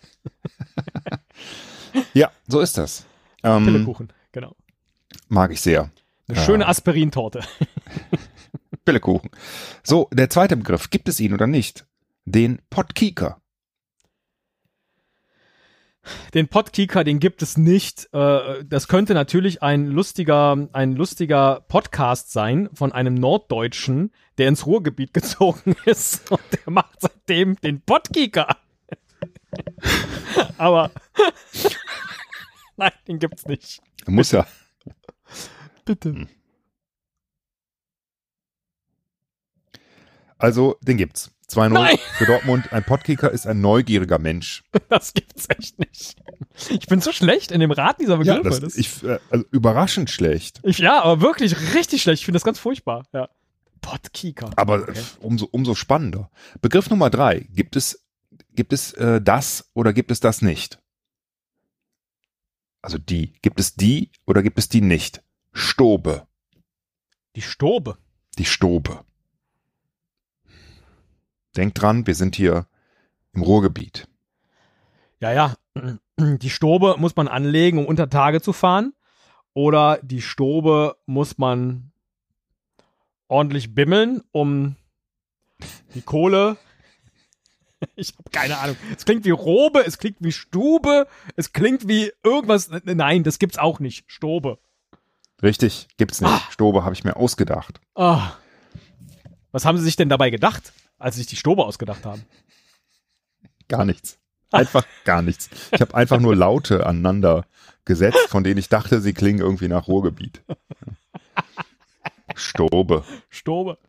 Ja, so ist das. Ähm, Pillekuchen, genau. Mag ich sehr. Eine schöne Aspirintorte. Pillekuchen. So, der zweite Begriff, gibt es ihn oder nicht? Den Podkicker. Den Podkicker, den gibt es nicht. Das könnte natürlich ein lustiger, ein lustiger Podcast sein von einem Norddeutschen, der ins Ruhrgebiet gezogen ist und der macht seitdem den Podkicker. Aber nein, den gibt's nicht. Muss ja. Bitte. Hm. Also, den gibt's. zwei null für Dortmund. Ein Podkicker ist ein neugieriger Mensch. Das gibt's echt nicht. Ich bin so schlecht in dem Raten dieser Begriffe. Ja, das, das ich, äh, also überraschend schlecht. Ich, ja, aber wirklich richtig schlecht. Ich finde das ganz furchtbar. Ja. Podkicker. Aber okay. umso, umso spannender. Begriff Nummer drei. Gibt es, gibt es äh, das oder gibt es das nicht? Also die. Gibt es die oder gibt es die nicht? Stobe. Die Stobe. Die Stobe. Denkt dran, wir sind hier im Ruhrgebiet. Ja, ja. Die Stobe muss man anlegen, um unter Tage zu fahren. Oder die Stobe muss man ordentlich bimmeln, um die Kohle. Ich habe keine Ahnung. Es klingt wie Robe, es klingt wie Stube, es klingt wie irgendwas. Nein, das gibt's auch nicht. Stobe. Richtig, gibt's nicht. Ah. Stobe habe ich mir ausgedacht. Ah. Was haben Sie sich denn dabei gedacht, als Sie sich die Stobe ausgedacht haben? Gar nichts. Einfach gar nichts. Ich habe einfach nur Laute aneinander gesetzt, von denen ich dachte, sie klingen irgendwie nach Ruhrgebiet. Stobe. Stobe.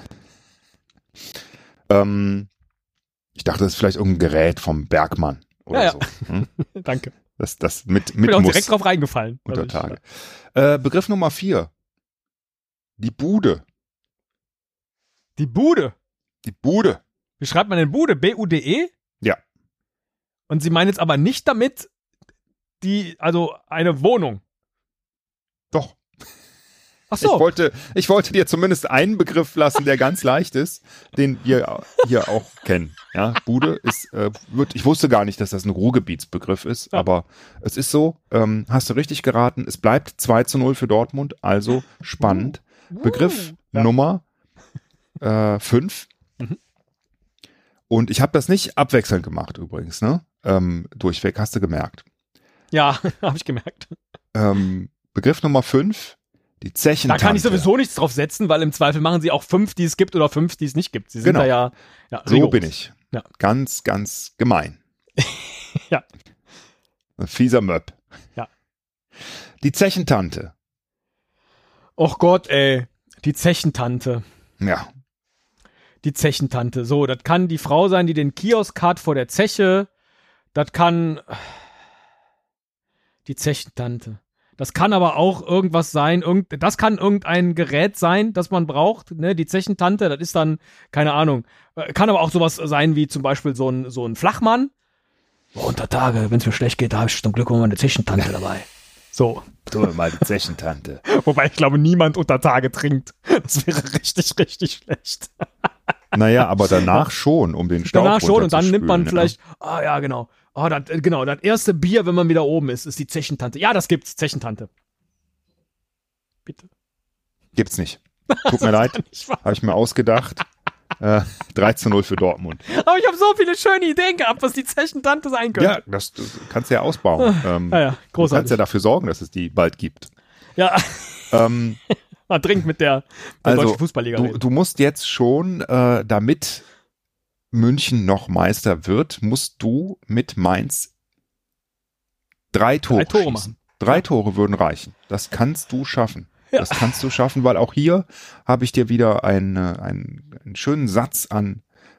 Ähm, ich dachte, das ist vielleicht irgendein Gerät vom Bergmann oder ja, so. Ja. Hm? Danke. Das, das mit, mit ich bin auch muss direkt drauf reingefallen. Unter also Tage. Ich, äh, Begriff Nummer vier. Die Bude. Die Bude. Die Bude. Wie schreibt man denn Bude? B U D E? Ja. Und Sie meinen jetzt aber nicht damit die, also eine Wohnung. Doch. Ach so. Ich wollte, ich wollte dir zumindest einen Begriff lassen, der ganz leicht ist, den wir hier auch kennen. Ja, Bude ist, äh, wird, ich wusste gar nicht, dass das ein Ruhrgebietsbegriff ist, ja. Aber es ist so, ähm, hast du richtig geraten, es bleibt zwei zu null für Dortmund, also spannend. Uh. Begriff ja. Nummer äh, fünf. Mhm. Und ich habe das nicht abwechselnd gemacht übrigens, ne? Ähm, durchweg, hast du gemerkt. Ja, habe ich gemerkt. Ähm, Begriff Nummer fünf. Die Zechentante. Da kann ich sowieso nichts drauf setzen, weil im Zweifel machen sie auch fünf, die es gibt oder fünf, die es nicht gibt. Sie sind genau. da ja, ja so rigoros. Bin ich. Ja. Ganz, ganz gemein. Ja. Ein fieser Möb. Ja. Die Zechentante. Och Gott, ey. Die Zechentante. Ja. Die Zechentante. So, das kann die Frau sein, die den Kiosk hat vor der Zeche. Das kann die Zechentante. Das kann aber auch irgendwas sein, irgend, das kann irgendein Gerät sein, das man braucht, ne, die Zechentante, das ist dann, keine Ahnung, kann aber auch sowas sein wie zum Beispiel so ein, so ein Flachmann. Oh, unter Tage, wenn es mir schlecht geht, da habe ich zum Glück immer eine Zechentante dabei. So. Tu mir mal die Zechentante. Wobei ich glaube, niemand unter Tage trinkt. Das wäre richtig, richtig schlecht. Naja, aber danach schon, um den Staub Danach schon und dann nimmt man ja. vielleicht, ah ja, genau. Oh, das, genau, das erste Bier, wenn man wieder oben ist, ist die Zechentante. Ja, das gibt's, Zechentante. Bitte. Gibt's nicht. Tut mir leid, habe ich mir ausgedacht. äh, drei zu null für Dortmund. Aber ich habe so viele schöne Ideen gehabt, was die Zechentante sein könnte. Ja, das, das kannst du ja ausbauen. Ähm, ja, ja, großartig. Du kannst ja dafür sorgen, dass es die bald gibt. Ja, ähm, mal dringend mit der, der also, deutschen Fußballliga du, reden. Du musst jetzt schon, äh, damit München noch Meister wird, musst du mit Mainz drei Tore, drei Tore schießen. machen. Drei ja. Tore würden reichen. Das kannst du schaffen. Ja. Das kannst du schaffen, weil auch hier habe ich dir wieder einen, einen, einen schönen Satz an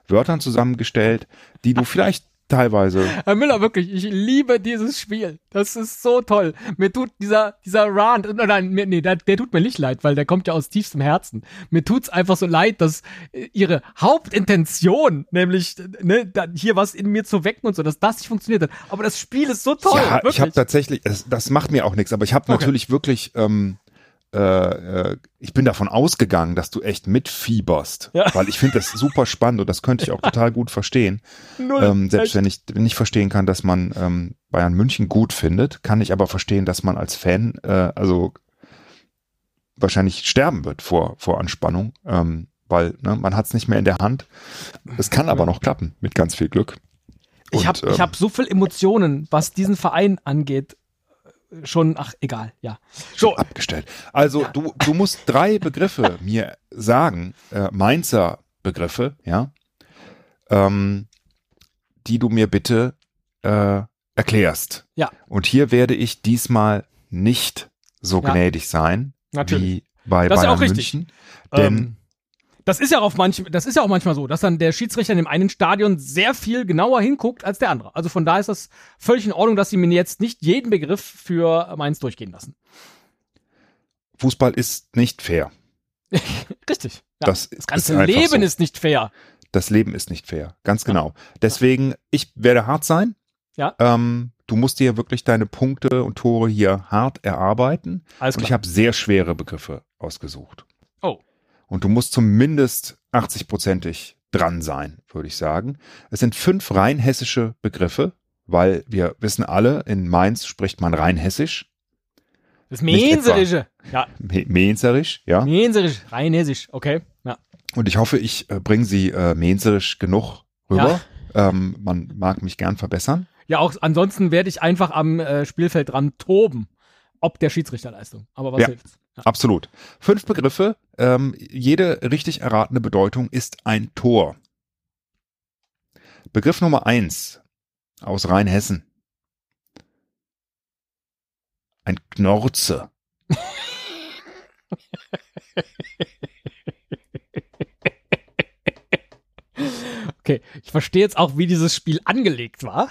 Wörtern zusammengestellt, die du vielleicht teilweise. Herr Müller, wirklich, ich liebe dieses Spiel. Das ist so toll. Mir tut dieser, dieser Rant, nein, nee, der, der tut mir nicht leid, weil der kommt ja aus tiefstem Herzen. Mir tut's einfach so leid, dass ihre Hauptintention, nämlich ne, da, hier was in mir zu wecken und so, dass das nicht funktioniert hat. Aber das Spiel ist so toll. Ja, wirklich. ich habe tatsächlich, das, das macht mir auch nichts, aber ich habe Okay. natürlich wirklich, ähm, äh, äh, ich bin davon ausgegangen, dass du echt mitfieberst, Ja. weil ich finde das super spannend und das könnte ich auch total gut verstehen. Null. Ähm, selbst Echt. wenn ich nicht verstehen kann, dass man ähm, Bayern München gut findet, kann ich aber verstehen, dass man als Fan äh, also wahrscheinlich sterben wird vor, vor Anspannung, ähm, weil ne, man hat es nicht mehr in der Hand. Es kann aber noch klappen, mit ganz viel Glück. Ich Und, habe ähm, ich hab so viel Emotionen, was diesen Verein angeht. Schon, ach, egal, ja. So, abgestellt. Also Ja. du, du musst drei Begriffe mir sagen, äh, Mainzer Begriffe, ja, ähm, die du mir bitte äh, erklärst. Ja. Und hier werde ich diesmal nicht so Ja. gnädig sein Natürlich. wie bei Das ist ja Bayern auch richtig. München. Denn Ähm, das ist ja auf manch, das ist ja auch manchmal so, dass dann der Schiedsrichter in dem einen Stadion sehr viel genauer hinguckt als der andere. Also von da ist das völlig in Ordnung, dass sie mir jetzt nicht jeden Begriff für Mainz durchgehen lassen. Fußball ist nicht fair. Richtig. Ja. Das, Das ganze ist einfach Leben so. ist nicht fair. Das Leben ist nicht fair, ganz genau. Deswegen, ich werde hart sein. Ja. Ähm, du musst dir wirklich deine Punkte und Tore hier hart erarbeiten. Alles Und ich klar. habe sehr schwere Begriffe ausgesucht. Oh. Und du musst zumindest achtzig-prozentig dran sein, würde ich sagen. Es sind fünf rein hessische Begriffe, weil wir wissen alle, in Mainz spricht man rein hessisch. Das Nicht Mainzerische. Ja, Me- Mainzerisch, ja. Mainzerisch, rein hessisch. Okay. Ja. Und ich hoffe, ich äh, bringe sie äh, mainzerisch genug rüber. Ähm, man mag mich gern verbessern. Ja, auch ansonsten werde ich einfach am äh, Spielfeld dran toben. Ob der Schiedsrichterleistung. Aber was Ja. hilft's? Ja. Absolut. Fünf Begriffe. Ähm, jede richtig erratene Bedeutung ist ein Tor. Begriff Nummer eins aus Rheinhessen. Ein Knorze. Okay, ich verstehe jetzt auch, wie dieses Spiel angelegt war.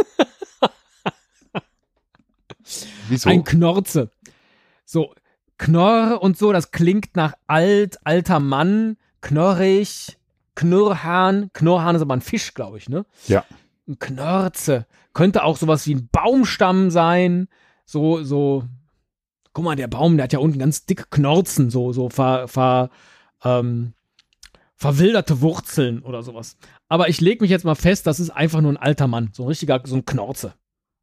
Wieso? Ein Knorze. So, Knorr und so, das klingt nach alt, alter Mann, knorrig, Knurrhahn. Knurrhahn ist aber ein Fisch, glaube ich, ne? Ja. Ein Knörze. Könnte auch sowas wie ein Baumstamm sein. So, so. Guck mal, der Baum, der hat ja unten ganz dicke Knorzen, so, so ver, ver, ähm, verwilderte Wurzeln oder sowas. Aber ich lege mich jetzt mal fest, das ist einfach nur ein alter Mann. So ein richtiger, so ein Knorze.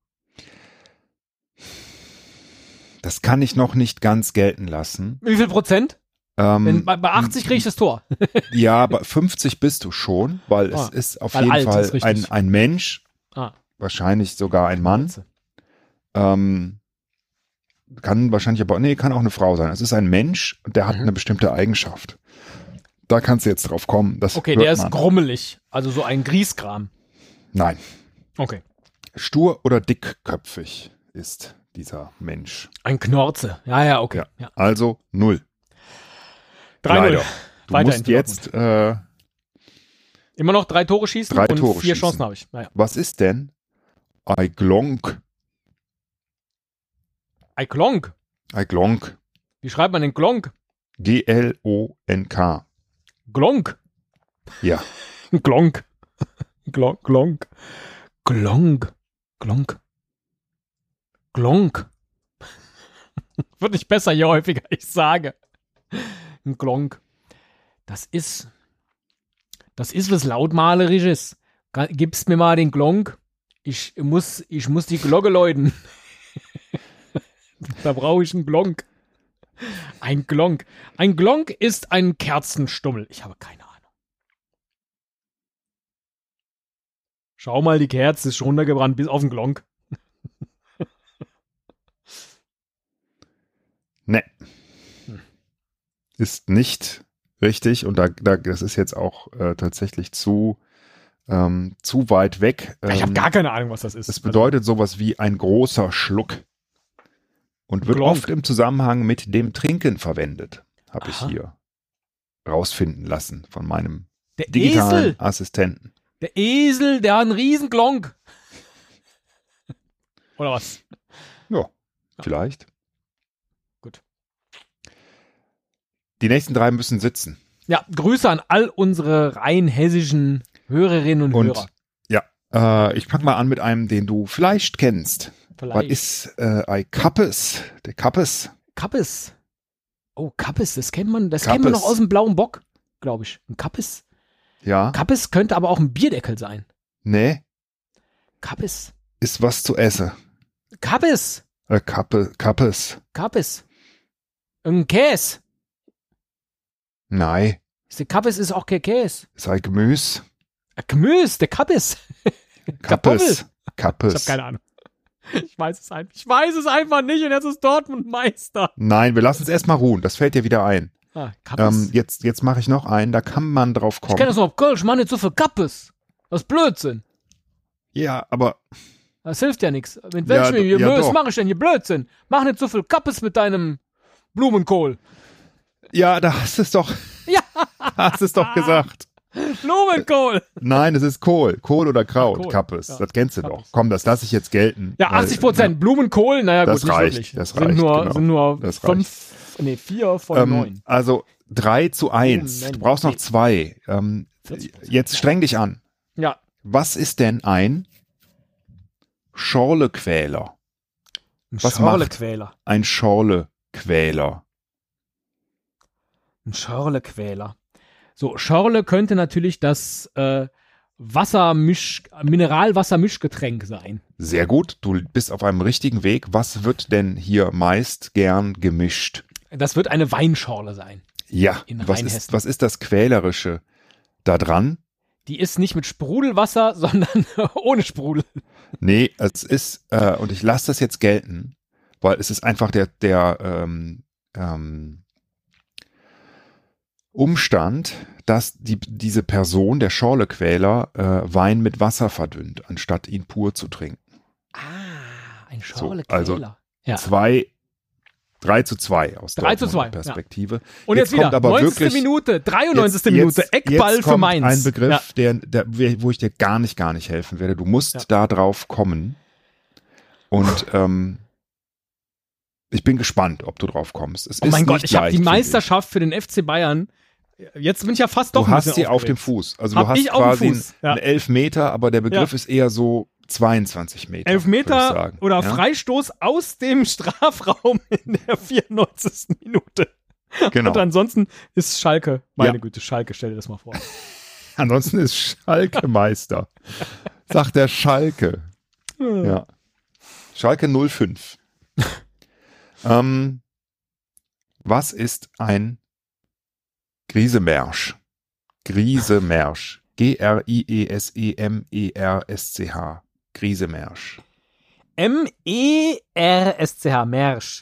Das kann ich noch nicht ganz gelten lassen. Wie viel Prozent? Ähm, Wenn, bei, bei achtzig kriege ich das Tor. Ja, bei fünfzig bist du schon, weil Ah, es ist auf weil jeden alt Fall ist richtig. ein, ein Mensch, Ah, wahrscheinlich sogar ein Mann. Ähm, kann wahrscheinlich aber, nee, kann auch eine Frau sein. Es ist ein Mensch und der hat Mhm. eine bestimmte Eigenschaft. Da kannst du jetzt drauf kommen. Das Okay, hört der ist man. grummelig. Also so ein Grieskram. Nein. Okay. Stur oder dickköpfig ist dieser Mensch. Ein Knorze. Ja, ja, okay. Ja. Ja. Also null. drei null. Leider. Du Weiterhin musst für jetzt, äh, Immer noch drei Tore schießen Drei und Tore vier schießen. Chancen habe ich. Naja. was ist denn Eiglonk? Ein Glonk. Eiglonk. Wie schreibt man den Glonk? G L O N K. Glonk. Ja. Glonk. Glonk. Glonk. Glonk. Glonk. Glonk. Wird nicht besser, je häufiger ich sage. Ein Glonk. Das ist. Das ist was Lautmalerisches. Ga- Gibst mir mal den Glonk. Ich muss, ich muss die Glocke läuten. Da brauche ich einen Glonk. Ein Glonk. Ein Glonk ist ein Kerzenstummel. Ich habe keine Ahnung. Schau mal, die Kerze ist schon runtergebrannt bis auf den Glonk. Ne. Hm. Ist nicht richtig und da, da das ist jetzt auch äh, tatsächlich zu ähm, zu weit weg. Ja, ich habe Ähm, gar keine Ahnung, was das ist. Es bedeutet sowas wie ein großer Schluck und wird Glonk. oft im Zusammenhang mit dem Trinken verwendet, habe ich Aha. hier rausfinden lassen von meinem Der digitalen Esel. Assistenten. Der Esel, der hat einen riesen Glonk. Oder was? Ja, ja, vielleicht. Gut. Die nächsten drei müssen sitzen. Ja, Grüße an all unsere rein hessischen Hörerinnen und, Und Hörer. ja, äh, ich fange mal an mit einem, den du vielleicht kennst. Vielleicht. Was ist äh, ein Kappes? Der Kappes. Kappes. Oh, Kappes, das kennt man, das Kappes. kennt man noch aus dem blauen Bock, glaube ich. Ein Kappes. Ja. Kappes könnte aber auch ein Bierdeckel sein. Nee. Kappes. Ist was zu essen. Kappes. Äh, Kappe, Kappes. Kappes. Ein Käse. Nein. Der Kappes ist auch kein Käse. Ist ein Gemüse. Ein Gemüse, der Kappes. Kappes. Kappes. Ich habe keine Ahnung. Ich weiß es einfach. Ich weiß es einfach nicht und jetzt ist Dortmund Meister. Nein, wir lassen es erstmal ruhen. Das fällt dir wieder ein. Ah, Kappes. Ähm, jetzt jetzt mache ich noch einen, da kann man drauf kommen. Ich kenne das noch auf Kölsch, mach nicht so viel Kappes. Das ist Blödsinn. Ja, aber Das hilft ja nichts. Mit Ja, welchem do- ja, was doch. mache ich denn hier Blödsinn? Mach nicht so viel Kappes mit deinem Blumenkohl. ja, da hast du es doch, Ja, hast es doch gesagt. Blumenkohl. Nein, es ist Kohl. Kohl oder Kraut. Ach, Kohl. Kappes. Ja. Das kennst du Kappes. doch. Komm, das lasse ich jetzt gelten. Ja, weil- achtzig Prozent Blumenkohl, naja Das gut, nicht reicht, wirklich. das sind reicht, nur, genau. sind nur Das fünf, nee, vier von Ähm, neun. also drei zu eins. Moment. Du brauchst noch zwei. Ähm, vierzig Prozent. jetzt streng dich an. Ja, Was ist denn ein Schorlequäler? ein Was Schorlequäler. Ein Schorlequäler. Ein Schorlequäler. So, Schorle könnte natürlich das äh, Wassermisch, Mineralwassermischgetränk sein. Sehr gut, du bist auf einem richtigen Weg. Was wird denn hier meist gern gemischt? Das wird eine Weinschorle sein. Ja, In was Rheinhessen. ist, was ist das Quälerische da dran? Die ist nicht mit Sprudelwasser, sondern ohne Sprudel. Nee, es ist, äh, und ich lasse das jetzt gelten, weil es ist einfach der, der ähm, ähm, Umstand, dass die, diese Person, der Schorlequäler, äh, Wein mit Wasser verdünnt, anstatt ihn pur zu trinken. Ah, ein So, Schorlequäler. also ja. Zwei, drei zu zwei aus Drei zu Dortmunder zwei, ja. Perspektive. Und jetzt, kommt wieder, aber neunzigste wirklich, Minute, dreiundneunzigste jetzt, Minute, jetzt, Eckball jetzt für kommt Mainz. ein Begriff, Ja. der, der, wo ich dir gar nicht, gar nicht helfen werde. Du musst Ja. da drauf kommen. Und ähm, ich bin gespannt, ob du drauf kommst. Es Oh ist mein Gott, nicht ich habe leicht, die finde Meisterschaft für den F C Bayern. Jetzt bin ich ja fast doch Du ein hast bisschen sie auf dem aufgeregt. Fuß. Also Hab du hast ich auf dem quasi Fuß, ja. einen Elfmeter, aber der Begriff Ja. ist eher so zweiundzwanzig Meter. würde ich Elfmeter sagen. oder Ja? Freistoß aus dem Strafraum in der vierundneunzigsten Minute. Genau. Und ansonsten ist Schalke, meine Ja. Güte, Schalke, stell dir das mal vor. Ansonsten ist Schalke Meister. Sagt der Schalke. Ja. Schalke null fünf. ähm, was ist ein Griesemärsch? Griesemärsch. G R I E S E M E R S C H. Griesemärsch. M E R S C H, Märsch.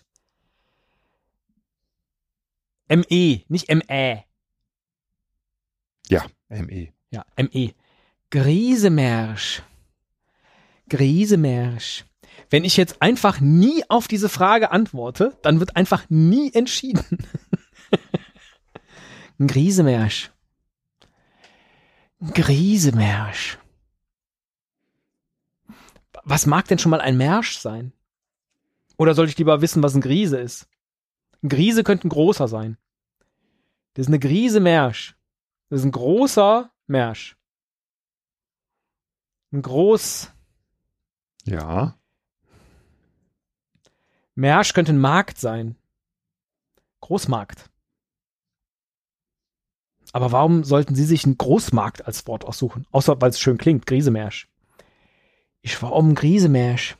M E, nicht M Ä. Ja, M E. Ja, M E. Griesemärsch. Griesemärsch. Wenn ich jetzt einfach nie auf diese Frage antworte, dann wird einfach nie entschieden. Ein Griesemärsch. Griesemärsch. Was mag denn schon mal ein Märsch sein? Oder soll ich lieber wissen, was ein Griese ist? Ein Griese könnte ein großer sein. Das ist eine Griesemärsch. Das ist ein großer Märsch. Ein groß... Ja. Märsch könnte ein Markt sein. Großmarkt. Aber warum sollten Sie sich einen Großmarkt als Wort aussuchen? Außer, weil es schön klingt, Griesemärsch. Ich war um Griesemärsch.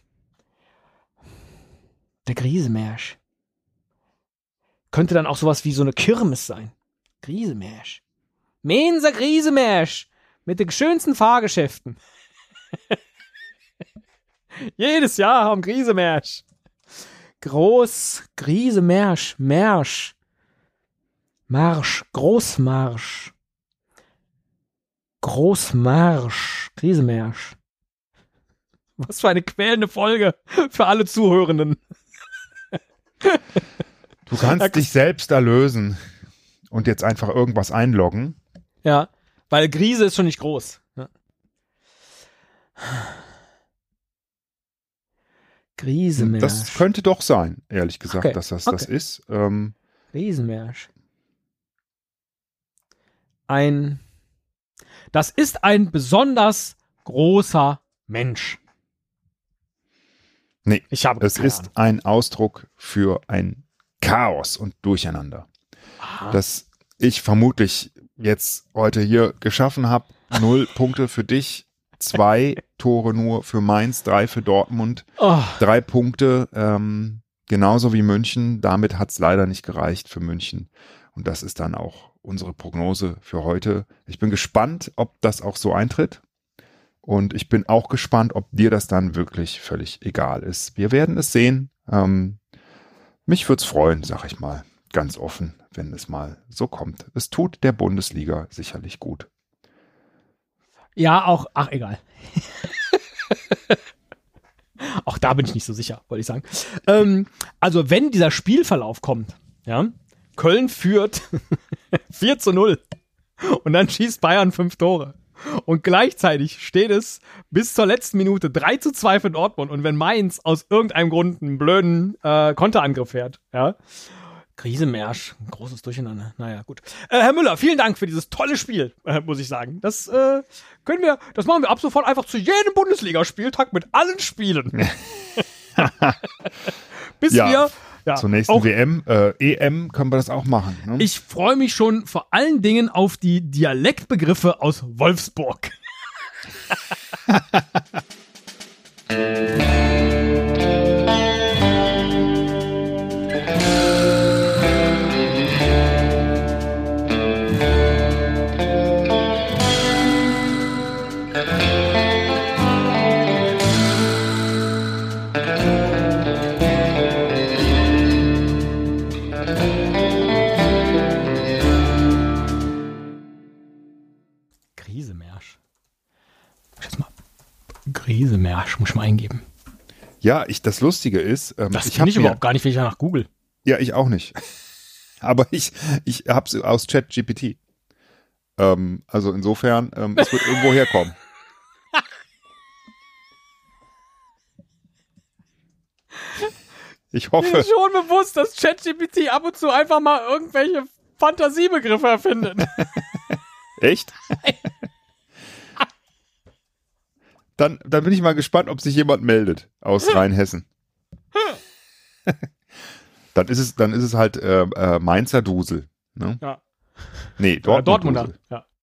Der Griesemärsch. Könnte dann auch sowas wie so eine Kirmes sein. Griesemärsch. Menser Griesemärsch. Mit den schönsten Fahrgeschäften. Jedes Jahr haben Griesemärsch. Groß, Griesemärsch, Märsch. Marsch, Großmarsch. Großmarsch, Griesemärsch. Was für eine quälende Folge für alle Zuhörenden. Du kannst dich selbst erlösen und jetzt einfach irgendwas einloggen. Ja, Weil Griese ist schon nicht groß. Ja. Griesemärsch. Das könnte doch sein, ehrlich gesagt, okay. dass das okay. das ist. Ähm, Griesemärsch. Ein, das ist ein besonders großer Mensch. Nee, ich habe es ist Ahnung. Ein Ausdruck für ein Chaos und Durcheinander. Aha. Das ich vermutlich jetzt heute hier geschaffen habe. Null Punkte für dich, zwei Tore nur für Mainz, drei für Dortmund, oh. drei Punkte, ähm, genauso wie München. Damit hat es leider nicht gereicht für München. Und das ist dann auch unsere Prognose für heute. Ich bin gespannt, ob das auch so eintritt. Und ich bin auch gespannt, ob dir das dann wirklich völlig egal ist. Wir werden es sehen. Ähm, mich würde es freuen, sag ich mal, ganz offen, wenn es mal so kommt. Es tut der Bundesliga sicherlich gut. Ja, auch, ach egal. Auch da bin ich nicht so sicher, wollte ich sagen. Ähm, also wenn dieser Spielverlauf kommt, ja, Köln führt vier zu null und dann schießt Bayern fünf Tore. Und gleichzeitig steht es bis zur letzten Minute drei zu zwei für Dortmund. Und wenn Mainz aus irgendeinem Grund einen blöden äh, Konterangriff fährt, ja, Griesemärsch, ein großes Durcheinander. Naja, gut. Äh, Herr Müller, vielen Dank für dieses tolle Spiel, äh, muss ich sagen. Das äh, können wir, das machen wir ab sofort einfach zu jedem Bundesligaspieltag mit allen Spielen. Bis ja. wir Ja, zur nächsten auch, W M, äh, E M können wir das auch machen. Ne? Ich freue mich schon vor allen Dingen auf die Dialektbegriffe aus Wolfsburg. Griesemärsch. Jetzt mal Griesemärsch, muss ich mal eingeben. Ja, ich, das Lustige ist, ähm, das ich kann ich überhaupt gar nicht, wenn ich danach google. Ja, ich auch nicht. Aber ich, ich hab's aus ChatGPT. Ähm, also insofern, ähm, es wird irgendwo herkommen. Ich hoffe. Mir ist schon bewusst, dass ChatGPT ab und zu einfach mal irgendwelche Fantasiebegriffe erfindet. Echt? Dann, dann bin ich mal gespannt, ob sich jemand meldet aus Rheinhessen. Dann ist es, dann ist es halt äh, äh, Mainzer Dusel. Ne? Ja. Nee, Dortmund Dortmunder. Dusel. Ja.